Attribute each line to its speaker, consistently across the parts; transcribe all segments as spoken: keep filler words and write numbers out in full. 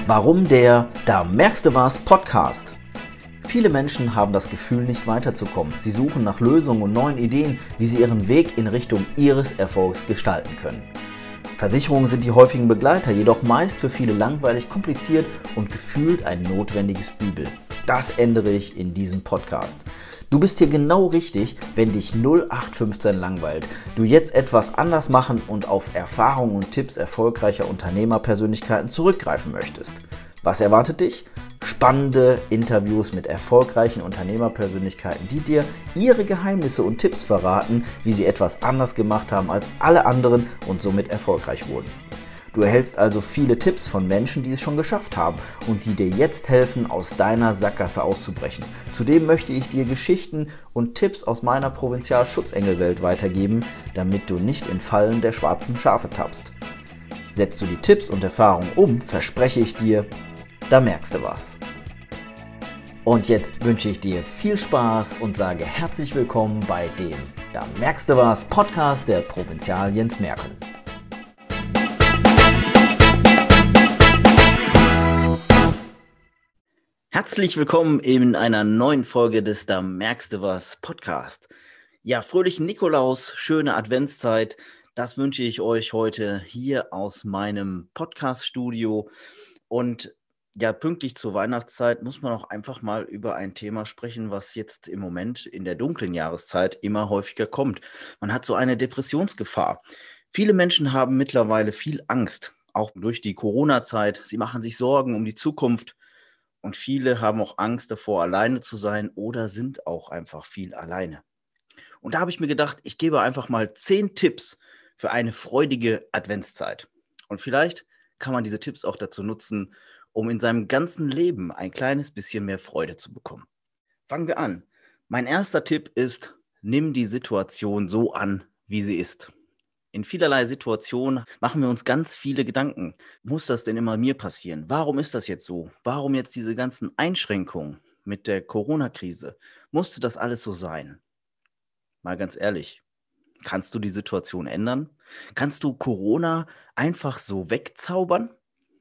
Speaker 1: Warum der Da merkst du was Podcast? Viele Menschen haben das Gefühl, nicht weiterzukommen. Sie suchen nach Lösungen und neuen Ideen, wie sie ihren Weg in Richtung ihres Erfolgs gestalten können. Versicherungen sind die häufigen Begleiter, jedoch meist für viele langweilig, kompliziert und gefühlt ein notwendiges Übel. Das ändere ich in diesem Podcast. Du bist hier genau richtig, wenn dich null acht fünfzehn langweilt, du jetzt etwas anders machen und auf Erfahrungen und Tipps erfolgreicher Unternehmerpersönlichkeiten zurückgreifen möchtest. Was erwartet dich? Spannende Interviews mit erfolgreichen Unternehmerpersönlichkeiten, die dir ihre Geheimnisse und Tipps verraten, wie sie etwas anders gemacht haben als alle anderen und somit erfolgreich wurden. Du erhältst also viele Tipps von Menschen, die es schon geschafft haben und die dir jetzt helfen, aus deiner Sackgasse auszubrechen. Zudem möchte ich dir Geschichten und Tipps aus meiner Provinzial-Schutzengelwelt weitergeben, damit du nicht in Fallen der schwarzen Schafe tappst. Setzt du die Tipps und Erfahrungen um, verspreche ich dir, da merkst du was. Und jetzt wünsche ich dir viel Spaß und sage herzlich willkommen bei dem Da merkst du was Podcast der Provinzial Jens Merkel. Herzlich willkommen in einer neuen Folge des Da merkst du was Podcast. Ja, fröhlichen Nikolaus, schöne Adventszeit, das wünsche ich euch heute hier aus meinem Podcast-Studio. Und ja, pünktlich zur Weihnachtszeit muss man auch einfach mal über ein Thema sprechen, was jetzt im Moment in der dunklen Jahreszeit immer häufiger kommt. Man hat so eine Depressionsgefahr. Viele Menschen haben mittlerweile viel Angst, auch durch die Corona-Zeit. Sie machen sich Sorgen um die Zukunft. Und viele haben auch Angst davor, alleine zu sein oder sind auch einfach viel alleine. Und da habe ich mir gedacht, ich gebe einfach mal zehn Tipps für eine freudige Adventszeit. Und vielleicht kann man diese Tipps auch dazu nutzen, um in seinem ganzen Leben ein kleines bisschen mehr Freude zu bekommen. Fangen wir an. Mein erster Tipp ist, nimm die Situation so an, wie sie ist. In vielerlei Situationen machen wir uns ganz viele Gedanken. Muss das denn immer mir passieren? Warum ist das jetzt so? Warum jetzt diese ganzen Einschränkungen mit der Corona-Krise? Musste das alles so sein? Mal ganz ehrlich, kannst du die Situation ändern? Kannst du Corona einfach so wegzaubern?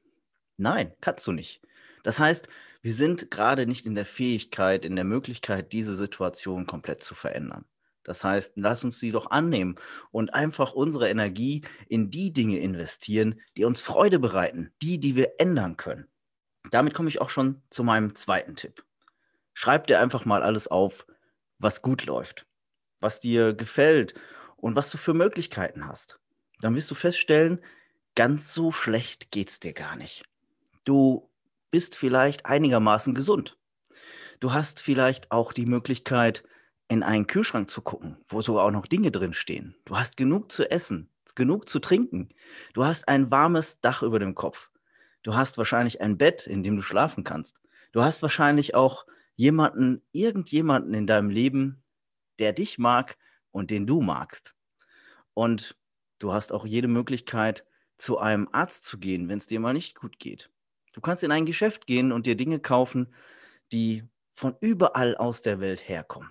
Speaker 1: Nein, kannst du nicht. Das heißt, wir sind gerade nicht in der Fähigkeit, in der Möglichkeit, diese Situation komplett zu verändern. Das heißt, lass uns sie doch annehmen und einfach unsere Energie in die Dinge investieren, die uns Freude bereiten, die, die wir ändern können. Damit komme ich auch schon zu meinem zweiten Tipp. Schreib dir einfach mal alles auf, was gut läuft, was dir gefällt und was du für Möglichkeiten hast. Dann wirst du feststellen, ganz so schlecht geht's dir gar nicht. Du bist vielleicht einigermaßen gesund. Du hast vielleicht auch die Möglichkeit, in einen Kühlschrank zu gucken, wo sogar auch noch Dinge drin stehen. Du hast genug zu essen, genug zu trinken. Du hast ein warmes Dach über dem Kopf. Du hast wahrscheinlich ein Bett, in dem du schlafen kannst. Du hast wahrscheinlich auch jemanden, irgendjemanden in deinem Leben, der dich mag und den du magst. Und du hast auch jede Möglichkeit, zu einem Arzt zu gehen, wenn es dir mal nicht gut geht. Du kannst in ein Geschäft gehen und dir Dinge kaufen, die von überall aus der Welt herkommen.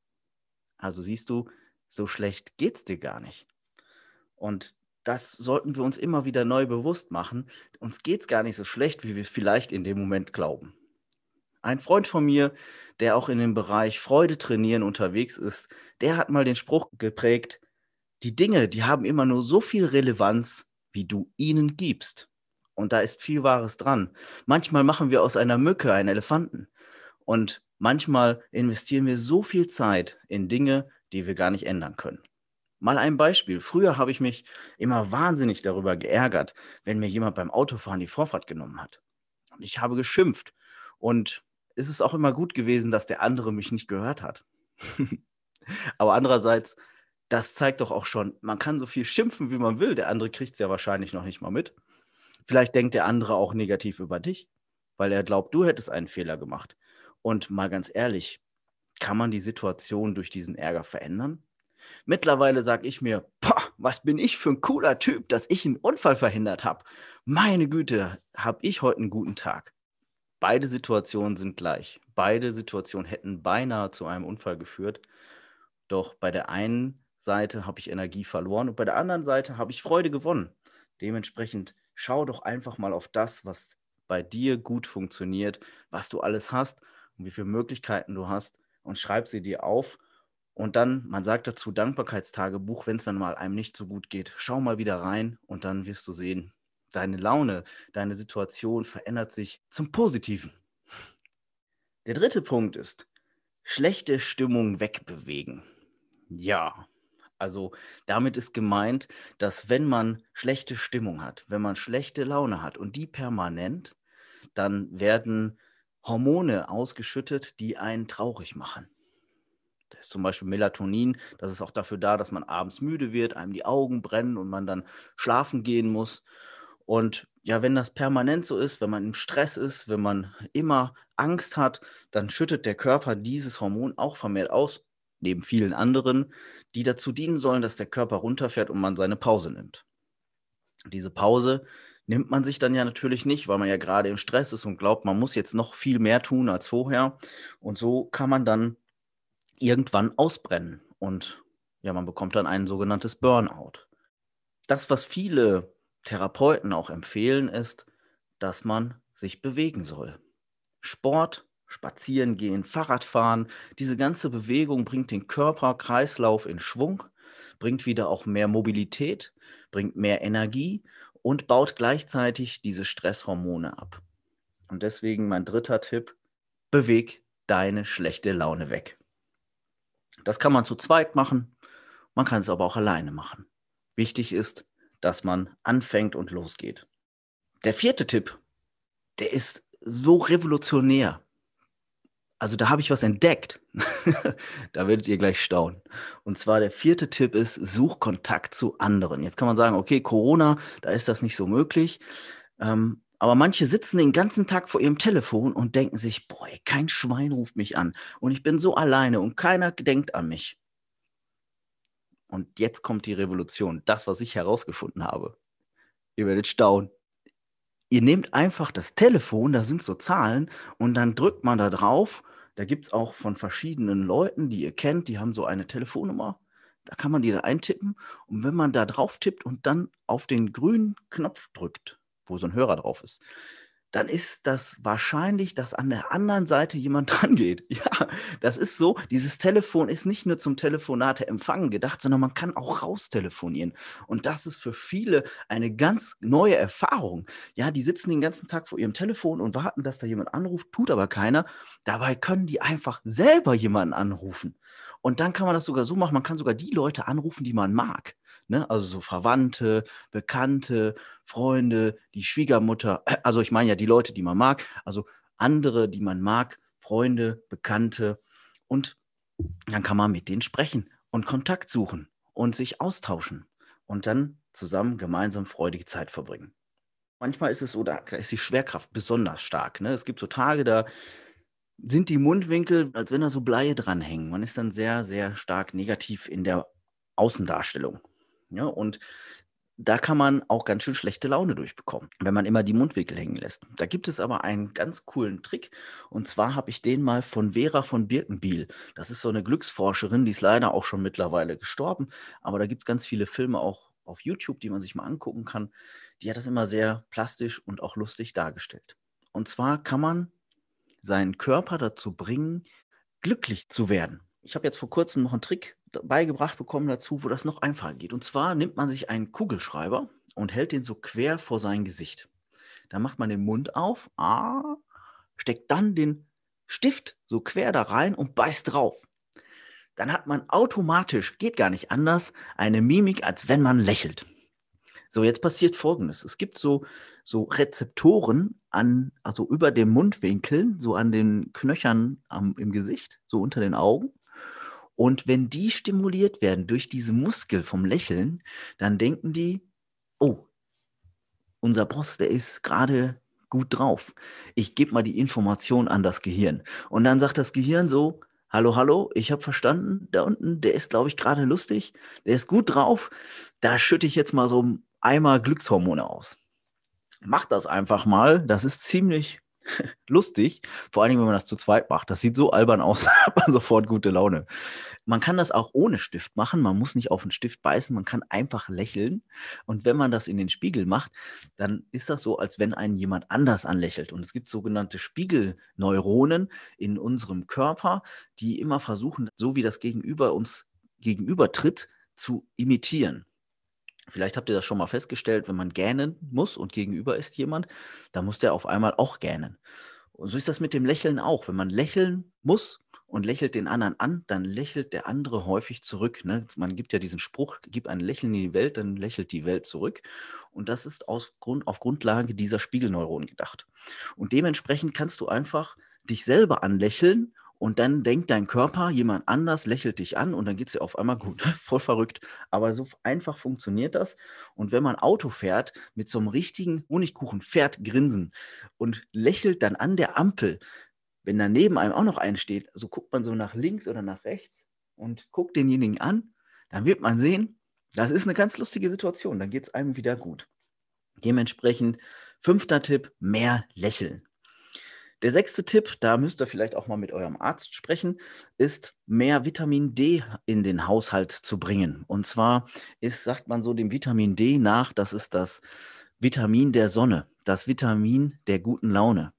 Speaker 1: Also siehst du, so schlecht geht's dir gar nicht. Und das sollten wir uns immer wieder neu bewusst machen. Uns geht's gar nicht so schlecht, wie wir vielleicht in dem Moment glauben. Ein Freund von mir, der auch in dem Bereich Freude trainieren unterwegs ist, der hat mal den Spruch geprägt: Die Dinge, die haben immer nur so viel Relevanz, wie du ihnen gibst. Und da ist viel Wahres dran. Manchmal machen wir aus einer Mücke einen Elefanten. Und manchmal investieren wir so viel Zeit in Dinge, die wir gar nicht ändern können. Mal ein Beispiel. Früher habe ich mich immer wahnsinnig darüber geärgert, wenn mir jemand beim Autofahren die Vorfahrt genommen hat. Und ich habe geschimpft. Und es ist auch immer gut gewesen, dass der andere mich nicht gehört hat. Aber andererseits, das zeigt doch auch schon, man kann so viel schimpfen, wie man will. Der andere kriegt es ja wahrscheinlich noch nicht mal mit. Vielleicht denkt der andere auch negativ über dich, weil er glaubt, du hättest einen Fehler gemacht. Und mal ganz ehrlich, kann man die Situation durch diesen Ärger verändern? Mittlerweile sage ich mir, was bin ich für ein cooler Typ, dass ich einen Unfall verhindert habe. Meine Güte, habe ich heute einen guten Tag. Beide Situationen sind gleich. Beide Situationen hätten beinahe zu einem Unfall geführt. Doch bei der einen Seite habe ich Energie verloren und bei der anderen Seite habe ich Freude gewonnen. Dementsprechend schau doch einfach mal auf das, was bei dir gut funktioniert, was du alles hast und wie viele Möglichkeiten du hast und schreib sie dir auf. Und dann, man sagt dazu Dankbarkeitstagebuch, wenn es dann mal einem nicht so gut geht, schau mal wieder rein und dann wirst du sehen, deine Laune, deine Situation verändert sich zum Positiven. Der dritte Punkt ist, schlechte Stimmung wegbewegen. Ja, also damit ist gemeint, dass wenn man schlechte Stimmung hat, wenn man schlechte Laune hat und die permanent, dann werden Hormone ausgeschüttet, die einen traurig machen. Da ist zum Beispiel Melatonin, das ist auch dafür da, dass man abends müde wird, einem die Augen brennen und man dann schlafen gehen muss. Und ja, wenn das permanent so ist, wenn man im Stress ist, wenn man immer Angst hat, dann schüttet der Körper dieses Hormon auch vermehrt aus, neben vielen anderen, die dazu dienen sollen, dass der Körper runterfährt und man seine Pause nimmt. Diese Pause nimmt man sich dann ja natürlich nicht, weil man ja gerade im Stress ist und glaubt, man muss jetzt noch viel mehr tun als vorher. Und so kann man dann irgendwann ausbrennen und ja, man bekommt dann ein sogenanntes Burnout. Das, was viele Therapeuten auch empfehlen, ist, dass man sich bewegen soll. Sport, spazieren gehen, Fahrradfahren, diese ganze Bewegung bringt den Körperkreislauf in Schwung, bringt wieder auch mehr Mobilität, bringt mehr Energie und baut gleichzeitig diese Stresshormone ab. Und deswegen mein dritter Tipp, beweg deine schlechte Laune weg. Das kann man zu zweit machen, man kann es aber auch alleine machen. Wichtig ist, dass man anfängt und losgeht. Der vierte Tipp, der ist so revolutionär. Also da habe ich was entdeckt. Da werdet ihr gleich staunen. Und zwar der vierte Tipp ist, such Kontakt zu anderen. Jetzt kann man sagen, okay, Corona, da ist das nicht so möglich. Ähm, aber manche sitzen den ganzen Tag vor ihrem Telefon und denken sich, boah, kein Schwein ruft mich an. Und ich bin so alleine und keiner denkt an mich. Und jetzt kommt die Revolution, das, was ich herausgefunden habe. Ihr werdet staunen. Ihr nehmt einfach das Telefon, da sind so Zahlen und dann drückt man da drauf. Da gibt es auch von verschiedenen Leuten, die ihr kennt, die haben so eine Telefonnummer. Da kann man die da eintippen. Und wenn man da drauf tippt und dann auf den grünen Knopf drückt, wo so ein Hörer drauf ist, dann ist das wahrscheinlich, dass an der anderen Seite jemand dran geht. Ja, das ist so. Dieses Telefon ist nicht nur zum Telefonate empfangen gedacht, sondern man kann auch raustelefonieren. Und das ist für viele eine ganz neue Erfahrung. Ja, die sitzen den ganzen Tag vor ihrem Telefon und warten, dass da jemand anruft, tut aber keiner. Dabei können die einfach selber jemanden anrufen. Und dann kann man das sogar so machen, man kann sogar die Leute anrufen, die man mag. Ne? Also so Verwandte, Bekannte, Freunde, die Schwiegermutter, also ich meine ja die Leute, die man mag, also andere, die man mag, Freunde, Bekannte. Und dann kann man mit denen sprechen und Kontakt suchen und sich austauschen und dann zusammen gemeinsam freudige Zeit verbringen. Manchmal ist es so, da ist die Schwerkraft besonders stark. Ne? Es gibt so Tage, da sind die Mundwinkel, als wenn da so Bleie dranhängen. Man ist dann sehr, sehr stark negativ in der Außendarstellung. Ja, und da kann man auch ganz schön schlechte Laune durchbekommen, wenn man immer die Mundwinkel hängen lässt. Da gibt es aber einen ganz coolen Trick. Und zwar habe ich den mal von Vera von Birkenbiel. Das ist so eine Glücksforscherin, die ist leider auch schon mittlerweile gestorben. Aber da gibt es ganz viele Filme auch auf YouTube, die man sich mal angucken kann. Die hat das immer sehr plastisch und auch lustig dargestellt. Und zwar kann man seinen Körper dazu bringen, glücklich zu werden. Ich habe jetzt vor kurzem noch einen Trick beigebracht bekommen dazu, wo das noch einfacher geht. Und zwar nimmt man sich einen Kugelschreiber und hält den so quer vor sein Gesicht. Dann macht man den Mund auf, ah, steckt dann den Stift so quer da rein und beißt drauf. Dann hat man automatisch, geht gar nicht anders, eine Mimik, als wenn man lächelt. So, jetzt passiert Folgendes. Es gibt so, so Rezeptoren an, also über den Mundwinkeln, so an den Knöchern am, im Gesicht, so unter den Augen. Und wenn die stimuliert werden durch diese Muskel vom Lächeln, dann denken die, oh, unser Boss, der ist gerade gut drauf. Ich gebe mal die Information an das Gehirn. Und dann sagt das Gehirn so, hallo, hallo, ich habe verstanden, da unten, der ist, glaube ich, gerade lustig, der ist gut drauf, da schütte ich jetzt mal so einmal Glückshormone aus. Macht das einfach mal, das ist ziemlich lustig, vor allen Dingen, wenn man das zu zweit macht. Das sieht so albern aus, da hat man sofort gute Laune. Man kann das auch ohne Stift machen. Man muss nicht auf den Stift beißen. Man kann einfach lächeln. Und wenn man das in den Spiegel macht, dann ist das so, als wenn einen jemand anders anlächelt. Und es gibt sogenannte Spiegelneuronen in unserem Körper, die immer versuchen, so wie das Gegenüber uns gegenübertritt, zu imitieren. Vielleicht habt ihr das schon mal festgestellt, wenn man gähnen muss und gegenüber ist jemand, dann muss der auf einmal auch gähnen. Und so ist das mit dem Lächeln auch. Wenn man lächeln muss und lächelt den anderen an, dann lächelt der andere häufig zurück. Ne? Man gibt ja diesen Spruch, gib ein Lächeln in die Welt, dann lächelt die Welt zurück. Und das ist aus Grund, auf Grundlage dieser Spiegelneuronen gedacht. Und dementsprechend kannst du einfach dich selber anlächeln und dann denkt dein Körper, jemand anders lächelt dich an und dann geht es dir auf einmal gut. Voll verrückt. Aber so einfach funktioniert das. Und wenn man Auto fährt, mit so einem richtigen Honigkuchen fährt, grinsen und lächelt dann an der Ampel, wenn da neben einem auch noch einen steht, so guckt man so nach links oder nach rechts und guckt denjenigen an, dann wird man sehen, das ist eine ganz lustige Situation. Dann geht es einem wieder gut. Dementsprechend, fünfter Tipp, mehr lächeln. Der sechste Tipp, da müsst ihr vielleicht auch mal mit eurem Arzt sprechen, ist mehr Vitamin D in den Haushalt zu bringen. Und zwar ist, sagt man so dem Vitamin D nach, das ist das Vitamin der Sonne, das Vitamin der guten Laune.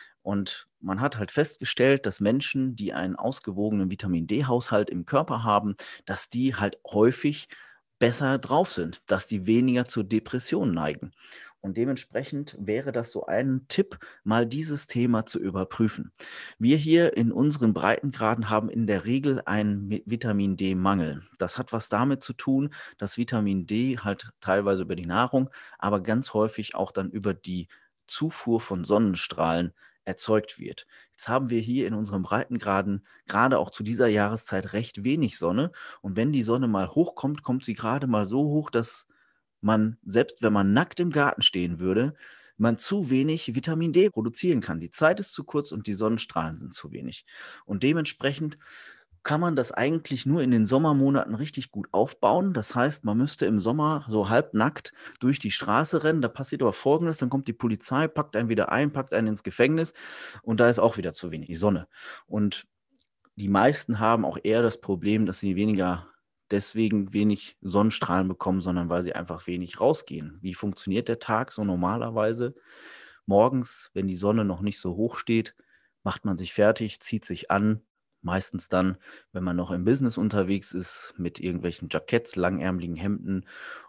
Speaker 1: Und man hat halt festgestellt, dass Menschen, die einen ausgewogenen Vitamin D-Haushalt im Körper haben, dass die halt häufig besser drauf sind, dass die weniger zur Depression neigen. Und dementsprechend wäre das so ein Tipp, mal dieses Thema zu überprüfen. Wir hier in unseren Breitengraden haben in der Regel einen Vitamin D-Mangel. Das hat was damit zu tun, dass Vitamin D halt teilweise über die Nahrung, aber ganz häufig auch dann über die Zufuhr von Sonnenstrahlen erzeugt wird. Jetzt haben wir hier in unseren Breitengraden gerade auch zu dieser Jahreszeit recht wenig Sonne. Und wenn die Sonne mal hochkommt, kommt sie gerade mal so hoch, dass man, selbst wenn man nackt im Garten stehen würde, man zu wenig Vitamin D produzieren kann. Die Zeit ist zu kurz und die Sonnenstrahlen sind zu wenig. Und dementsprechend kann man das eigentlich nur in den Sommermonaten richtig gut aufbauen. Das heißt, man müsste im Sommer so halbnackt durch die Straße rennen. Da passiert aber Folgendes, dann kommt die Polizei, packt einen wieder ein, packt einen ins Gefängnis und da ist auch wieder zu wenig Sonne. Und die meisten haben auch eher das Problem, dass sie weniger deswegen wenig Sonnenstrahlen bekommen, sondern weil sie einfach wenig rausgehen. Wie funktioniert der Tag so normalerweise? Morgens, wenn die Sonne noch nicht so hoch steht, macht man sich fertig, zieht sich an. Meistens dann, wenn man noch im Business unterwegs ist, mit irgendwelchen Jacketts, langärmeligen Hemden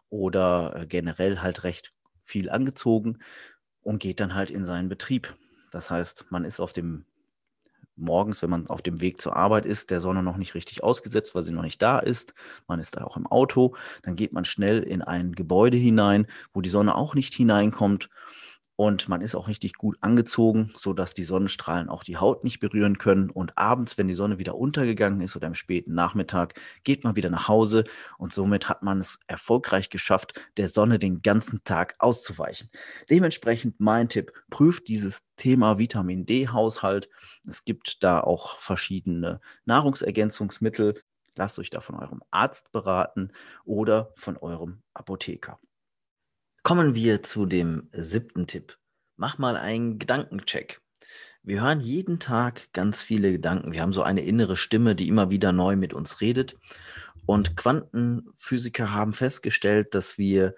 Speaker 1: oder äh, generell halt recht viel angezogen und geht dann halt in seinen Betrieb. Das heißt, man ist auf dem morgens, wenn man auf dem Weg zur Arbeit ist, der Sonne noch nicht richtig ausgesetzt, weil sie noch nicht da ist. Man ist da auch im Auto. Dann geht man schnell in ein Gebäude hinein, wo die Sonne auch nicht hineinkommt. Und man ist auch richtig gut angezogen, sodass die Sonnenstrahlen auch die Haut nicht berühren können. Und abends, wenn die Sonne wieder untergegangen ist oder im späten Nachmittag, geht man wieder nach Hause. Und somit hat man es erfolgreich geschafft, der Sonne den ganzen Tag auszuweichen. Dementsprechend mein Tipp, prüft dieses Thema Vitamin D-Haushalt. Es gibt da auch verschiedene Nahrungsergänzungsmittel. Lasst euch da von eurem Arzt beraten oder von eurem Apotheker. Kommen wir zu dem siebten Tipp. Mach mal einen Gedankencheck. Wir hören jeden Tag ganz viele Gedanken. Wir haben so eine innere Stimme, die immer wieder neu mit uns redet. Und Quantenphysiker haben festgestellt, dass wir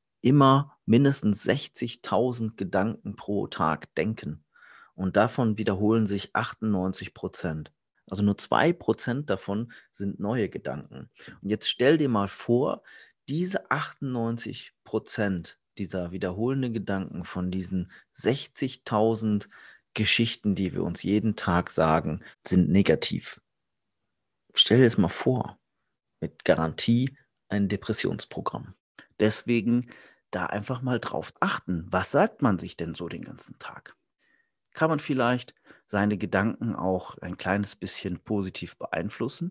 Speaker 1: immer mindestens sechzigtausend Gedanken pro Tag denken. Und davon wiederholen sich achtundneunzig Prozent. Also nur zwei Prozent davon sind neue Gedanken. Und jetzt stell dir mal vor, diese achtundneunzig Prozent dieser wiederholenden Gedanken von diesen sechzigtausend Geschichten, die wir uns jeden Tag sagen, sind negativ. Stell dir das mal vor, mit Garantie ein Depressionsprogramm. Deswegen da einfach mal drauf achten. Was sagt man sich denn so den ganzen Tag? Kann man vielleicht seine Gedanken auch ein kleines bisschen positiv beeinflussen?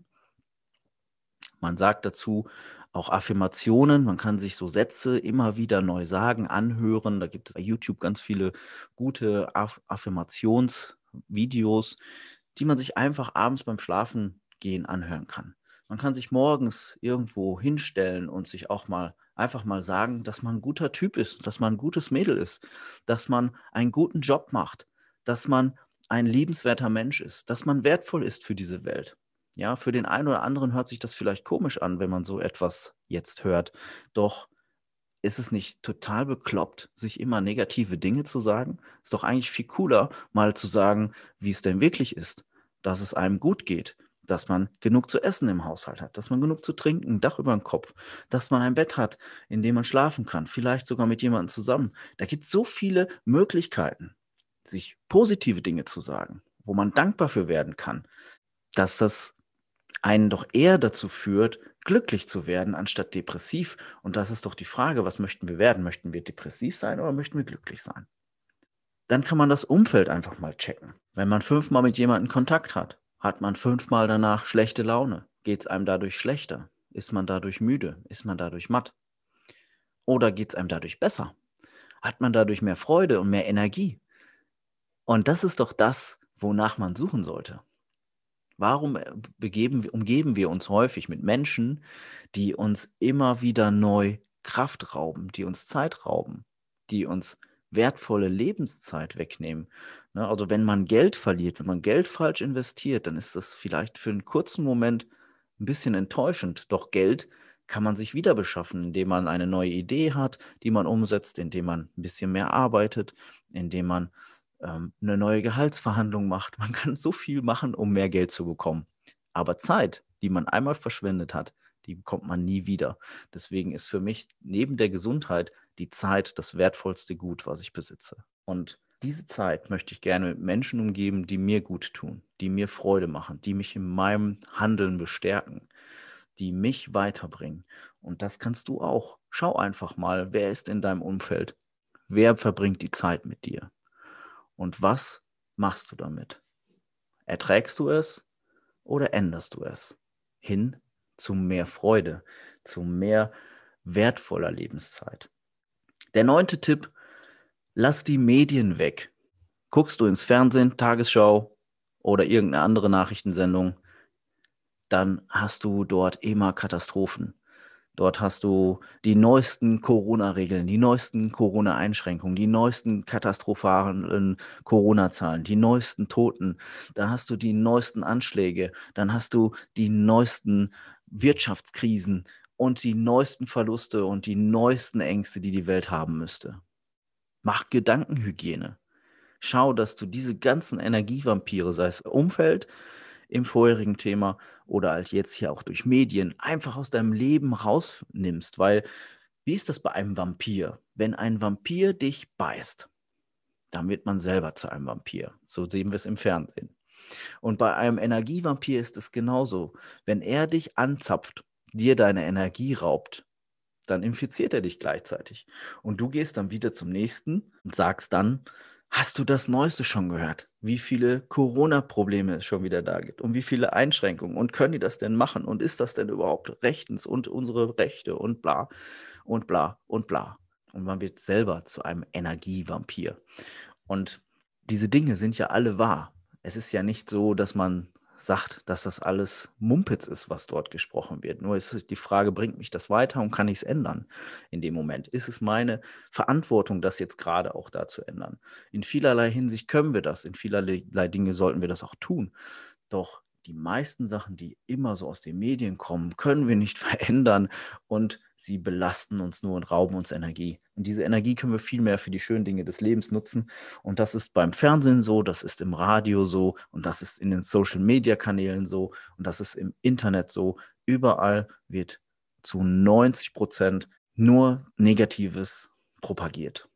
Speaker 1: Man sagt dazu auch Affirmationen. Man kann sich so Sätze immer wieder neu sagen, anhören. Da gibt es bei YouTube ganz viele gute Aff- Affirmationsvideos, die man sich einfach abends beim Schlafengehen anhören kann. Man kann sich morgens irgendwo hinstellen und sich auch mal einfach mal sagen, dass man ein guter Typ ist, dass man ein gutes Mädel ist, dass man einen guten Job macht, dass man ein liebenswerter Mensch ist, dass man wertvoll ist für diese Welt. Ja, für den einen oder anderen hört sich das vielleicht komisch an, wenn man so etwas jetzt hört. Doch ist es nicht total bekloppt, sich immer negative Dinge zu sagen? Ist doch eigentlich viel cooler, mal zu sagen, wie es denn wirklich ist, dass es einem gut geht, dass man genug zu essen im Haushalt hat, dass man genug zu trinken, ein Dach über dem Kopf, dass man ein Bett hat, in dem man schlafen kann, vielleicht sogar mit jemandem zusammen. Da gibt es so viele Möglichkeiten, sich positive Dinge zu sagen, wo man dankbar für werden kann, dass das einen doch eher dazu führt, glücklich zu werden, anstatt depressiv. Und das ist doch die Frage, was möchten wir werden? Möchten wir depressiv sein oder möchten wir glücklich sein? Dann kann man das Umfeld einfach mal checken. Wenn man fünfmal mit jemandem Kontakt hat, hat man fünfmal danach schlechte Laune. Geht es einem dadurch schlechter? Ist man dadurch müde? Ist man dadurch matt? Oder geht es einem dadurch besser? Hat man dadurch mehr Freude und mehr Energie? Und das ist doch das, wonach man suchen sollte. Warum äh, begeben, wir- umgeben wir uns häufig mit Menschen, die uns immer wieder neu Kraft rauben, die uns Zeit rauben, die uns wertvolle Lebenszeit wegnehmen? Ne? Also wenn man Geld verliert, wenn man Geld falsch investiert, dann ist das vielleicht für einen kurzen Moment ein bisschen enttäuschend. Doch Geld kann man sich wieder beschaffen, indem man eine neue Idee hat, die man umsetzt, indem man ein bisschen mehr arbeitet, indem man ähm, eine neue Gehaltsverhandlung macht. Man kann so viel machen, um mehr Geld zu bekommen. Aber Zeit, die man einmal verschwendet hat, die bekommt man nie wieder. Deswegen ist für mich neben der Gesundheit die Zeit das wertvollste Gut, was ich besitze. Und diese Zeit möchte ich gerne mit Menschen umgeben, die mir gut tun, die mir Freude machen, die mich in meinem Handeln bestärken, die mich weiterbringen. Und das kannst du auch. Schau einfach mal, wer ist in deinem Umfeld? Wer verbringt die Zeit mit dir? Und was machst du damit? Erträgst du es oder änderst du es hin zu mehr Freude, zu mehr wertvoller Lebenszeit? Der neunte Tipp: Lass die Medien weg. Guckst du ins Fernsehen, Tagesschau oder irgendeine andere Nachrichtensendung, dann hast du dort immer Katastrophen. Dort hast du die neuesten Corona-Regeln, die neuesten Corona-Einschränkungen, die neuesten katastrophalen Corona-Zahlen, die neuesten Toten. Da hast du die neuesten Anschläge, dann hast du die neuesten Wirtschaftskrisen und die neuesten Verluste und die neuesten Ängste, die die Welt haben müsste. Mach Gedankenhygiene. Schau, dass du diese ganzen Energievampire, sei es Umfeld, im vorherigen Thema oder halt jetzt hier auch durch Medien, einfach aus deinem Leben rausnimmst. Weil, wie ist das bei einem Vampir? Wenn ein Vampir dich beißt, dann wird man selber zu einem Vampir. So sehen wir es im Fernsehen. Und bei einem Energievampir ist es genauso. Wenn er dich anzapft, dir deine Energie raubt, dann infiziert er dich gleichzeitig. Und du gehst dann wieder zum nächsten und sagst dann: Hast du das Neueste schon gehört? Wie viele Corona-Probleme es schon wieder da gibt und wie viele Einschränkungen und können die das denn machen und ist das denn überhaupt rechtens und unsere Rechte und bla und bla und bla. Und man wird selber zu einem Energievampir. Und diese Dinge sind ja alle wahr. Es ist ja nicht so, dass man sagt, dass das alles Mumpitz ist, was dort gesprochen wird. Nur ist es die Frage, bringt mich das weiter und kann ich es ändern in dem Moment? Ist es meine Verantwortung, das jetzt gerade auch da zu ändern? In vielerlei Hinsicht können wir das, in vielerlei Dinge sollten wir das auch tun. Doch die meisten Sachen, die immer so aus den Medien kommen, können wir nicht verändern und sie belasten uns nur und rauben uns Energie. Und diese Energie können wir viel mehr für die schönen Dinge des Lebens nutzen. Und das ist beim Fernsehen so, das ist im Radio so und das ist in den Social-Media-Kanälen so und das ist im Internet so. Überall wird zu neunzig Prozent nur Negatives propagiert.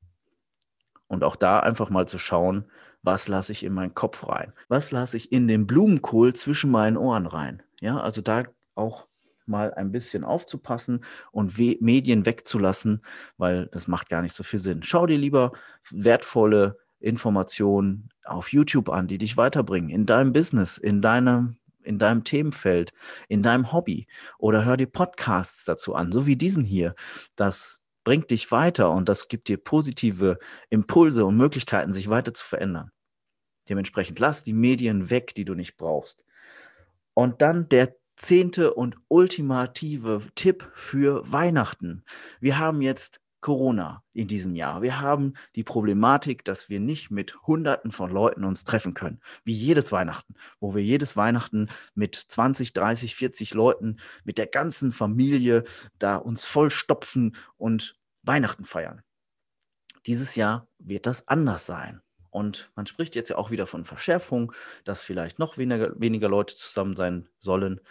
Speaker 1: Und auch da einfach mal zu schauen, was lasse ich in meinen Kopf rein? Was lasse ich in den Blumenkohl zwischen meinen Ohren rein? Ja, also da auch mal ein bisschen aufzupassen und we- Medien wegzulassen, weil das macht gar nicht so viel Sinn. Schau dir lieber wertvolle Informationen auf YouTube an, die dich weiterbringen in deinem Business, in deinem, in deinem Themenfeld, in deinem Hobby. Oder hör dir Podcasts dazu an, so wie diesen hier. Das bringt dich weiter und das gibt dir positive Impulse und Möglichkeiten, sich weiter zu verändern. Dementsprechend lass die Medien weg, die du nicht brauchst. Und dann der zehnte und ultimative Tipp für Weihnachten. Wir haben jetzt Corona in diesem Jahr. Wir haben die Problematik, dass wir nicht mit Hunderten von Leuten uns treffen können, wie jedes Weihnachten, wo wir jedes Weihnachten mit zwanzig, dreißig, vierzig Leuten, mit der ganzen Familie da uns vollstopfen und Weihnachten feiern. Dieses Jahr wird das anders sein. Und man spricht jetzt ja auch wieder von Verschärfung, dass vielleicht noch weniger, weniger Leute zusammen sein sollen.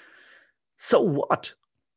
Speaker 1: So what?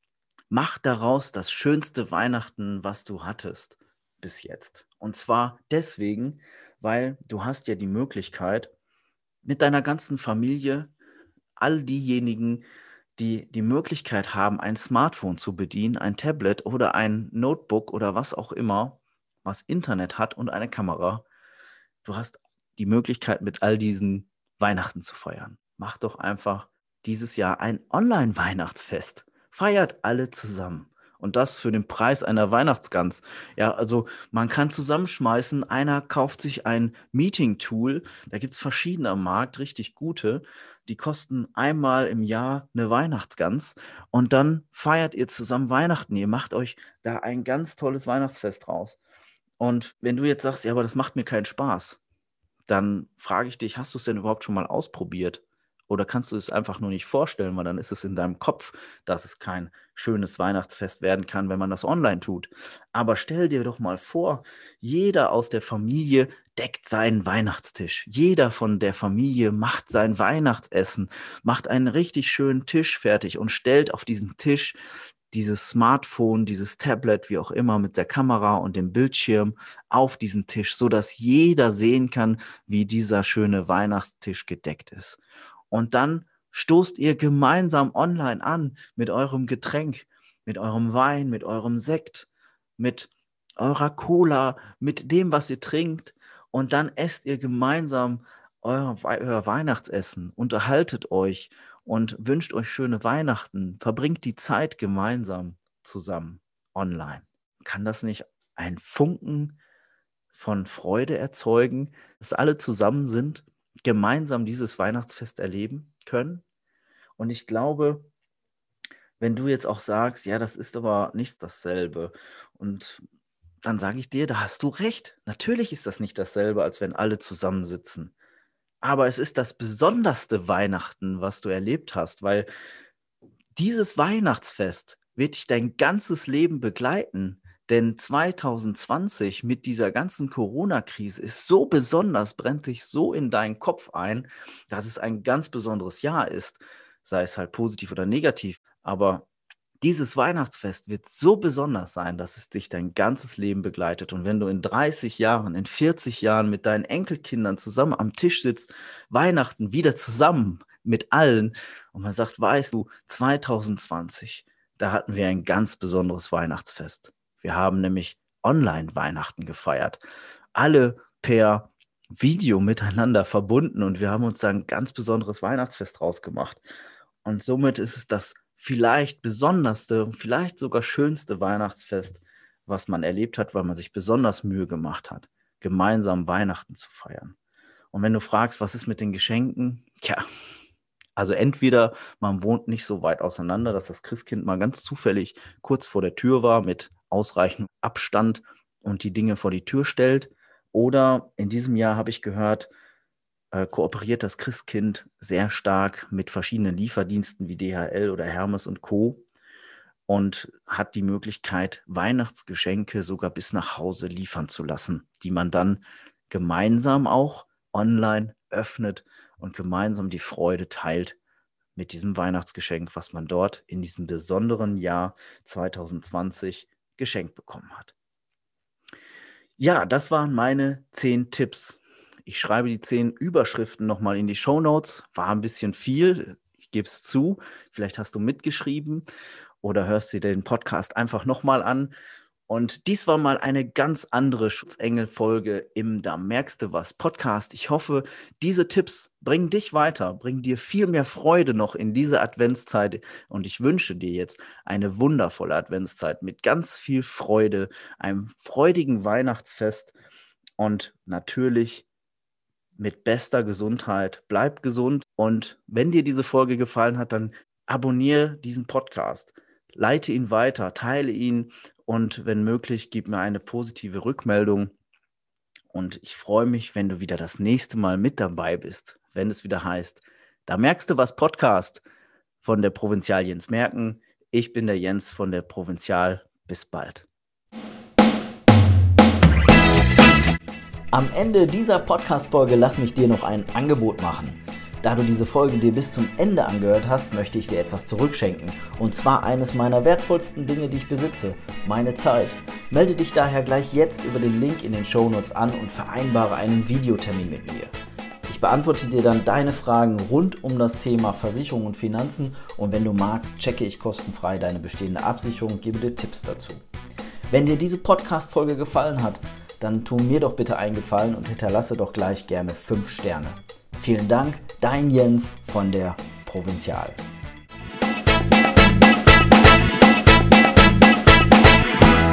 Speaker 1: Mach daraus das schönste Weihnachten, was du hattest bis jetzt. Und zwar deswegen, weil du hast ja die Möglichkeit, mit deiner ganzen Familie, all diejenigen, die die Möglichkeit haben, ein Smartphone zu bedienen, ein Tablet oder ein Notebook oder was auch immer, was Internet hat und eine Kamera. Du hast die Möglichkeit, mit all diesen Weihnachten zu feiern. Mach doch einfach dieses Jahr ein Online-Weihnachtsfest. Feiert alle zusammen. Und das für den Preis einer Weihnachtsgans. Ja, also man kann zusammenschmeißen, einer kauft sich ein Meeting-Tool, da gibt es verschiedene am Markt, richtig gute, die kosten einmal im Jahr eine Weihnachtsgans und dann feiert ihr zusammen Weihnachten. Ihr macht euch da ein ganz tolles Weihnachtsfest draus. Und wenn du jetzt sagst, ja, aber das macht mir keinen Spaß, dann frage ich dich, hast du es denn überhaupt schon mal ausprobiert? Oder kannst du es einfach nur nicht vorstellen, weil dann ist es in deinem Kopf, dass es kein schönes Weihnachtsfest werden kann, wenn man das online tut. Aber stell dir doch mal vor, jeder aus der Familie deckt seinen Weihnachtstisch. Jeder von der Familie macht sein Weihnachtsessen, macht einen richtig schönen Tisch fertig und stellt auf diesen Tisch dieses Smartphone, dieses Tablet, wie auch immer, mit der Kamera und dem Bildschirm auf diesen Tisch, sodass jeder sehen kann, wie dieser schöne Weihnachtstisch gedeckt ist. Und dann stoßt ihr gemeinsam online an mit eurem Getränk, mit eurem Wein, mit eurem Sekt, mit eurer Cola, mit dem, was ihr trinkt. Und dann esst ihr gemeinsam euer, euer Weihnachtsessen, unterhaltet euch und wünscht euch schöne Weihnachten. Verbringt die Zeit gemeinsam zusammen online. Kann das nicht ein Funken von Freude erzeugen, dass alle zusammen sind, gemeinsam dieses Weihnachtsfest erleben können? Und ich glaube, wenn du jetzt auch sagst, ja, das ist aber nicht dasselbe, und dann sage ich dir, da hast du recht. Natürlich ist das nicht dasselbe, als wenn alle zusammensitzen. Aber es ist das besonderste Weihnachten, was du erlebt hast, weil dieses Weihnachtsfest wird dich dein ganzes Leben begleiten. Denn zwanzig zwanzig mit dieser ganzen Corona-Krise ist so besonders, brennt dich so in deinen Kopf ein, dass es ein ganz besonderes Jahr ist, sei es halt positiv oder negativ. Aber dieses Weihnachtsfest wird so besonders sein, dass es dich dein ganzes Leben begleitet. Und wenn du in dreißig Jahren, in vierzig Jahren mit deinen Enkelkindern zusammen am Tisch sitzt, Weihnachten wieder zusammen mit allen, und man sagt, weißt du, zwanzig zwanzig, da hatten wir ein ganz besonderes Weihnachtsfest. Wir haben nämlich Online-Weihnachten gefeiert. Alle per Video miteinander verbunden und wir haben uns da ein ganz besonderes Weihnachtsfest draus gemacht. Und somit ist es das vielleicht besonderste, vielleicht sogar schönste Weihnachtsfest, was man erlebt hat, weil man sich besonders Mühe gemacht hat, gemeinsam Weihnachten zu feiern. Und wenn du fragst, was ist mit den Geschenken? Tja, also entweder man wohnt nicht so weit auseinander, dass das Christkind mal ganz zufällig kurz vor der Tür war mit ausreichend Abstand und die Dinge vor die Tür stellt. Oder in diesem Jahr habe ich gehört, äh, kooperiert das Christkind sehr stark mit verschiedenen Lieferdiensten wie D H L oder Hermes und Co. und hat die Möglichkeit, Weihnachtsgeschenke sogar bis nach Hause liefern zu lassen, die man dann gemeinsam auch online öffnet und gemeinsam die Freude teilt mit diesem Weihnachtsgeschenk, was man dort in diesem besonderen Jahr zwanzig zwanzig geschenkt bekommen hat. Ja, das waren meine zehn Tipps. Ich schreibe die zehn Überschriften nochmal in die Shownotes. War ein bisschen viel, ich gebe es zu. Vielleicht hast du mitgeschrieben oder hörst dir den Podcast einfach nochmal an. Und dies war mal eine ganz andere Schutzengel-Folge im Da merkst du was Podcast. Ich hoffe, diese Tipps bringen dich weiter, bringen dir viel mehr Freude noch in dieser Adventszeit. Und ich wünsche dir jetzt eine wundervolle Adventszeit mit ganz viel Freude, einem freudigen Weihnachtsfest und natürlich mit bester Gesundheit. Bleib gesund und wenn dir diese Folge gefallen hat, dann abonniere diesen Podcast. leite ihn weiter, teile ihn und wenn möglich, gib mir eine positive Rückmeldung. Und ich freue mich, wenn du wieder das nächste Mal mit dabei bist, wenn es wieder heißt, da merkst du was Podcast von der Provinzial Jens Merken. Ich bin der Jens von der Provinzial. Bis bald. Am Ende dieser Podcast-Folge lass mich dir noch ein Angebot machen. Da du diese Folge dir bis zum Ende angehört hast, möchte ich dir etwas zurückschenken. Und zwar eines meiner wertvollsten Dinge, die ich besitze, meine Zeit. Melde dich daher gleich jetzt über den Link in den Shownotes an und vereinbare einen Videotermin mit mir. Ich beantworte dir dann deine Fragen rund um das Thema Versicherung und Finanzen und wenn du magst, checke ich kostenfrei deine bestehende Absicherung und gebe dir Tipps dazu. Wenn dir diese Podcast-Folge gefallen hat, dann tu mir doch bitte einen Gefallen und hinterlasse doch gleich gerne fünf Sterne. Vielen Dank, dein Jens von der Provinzial.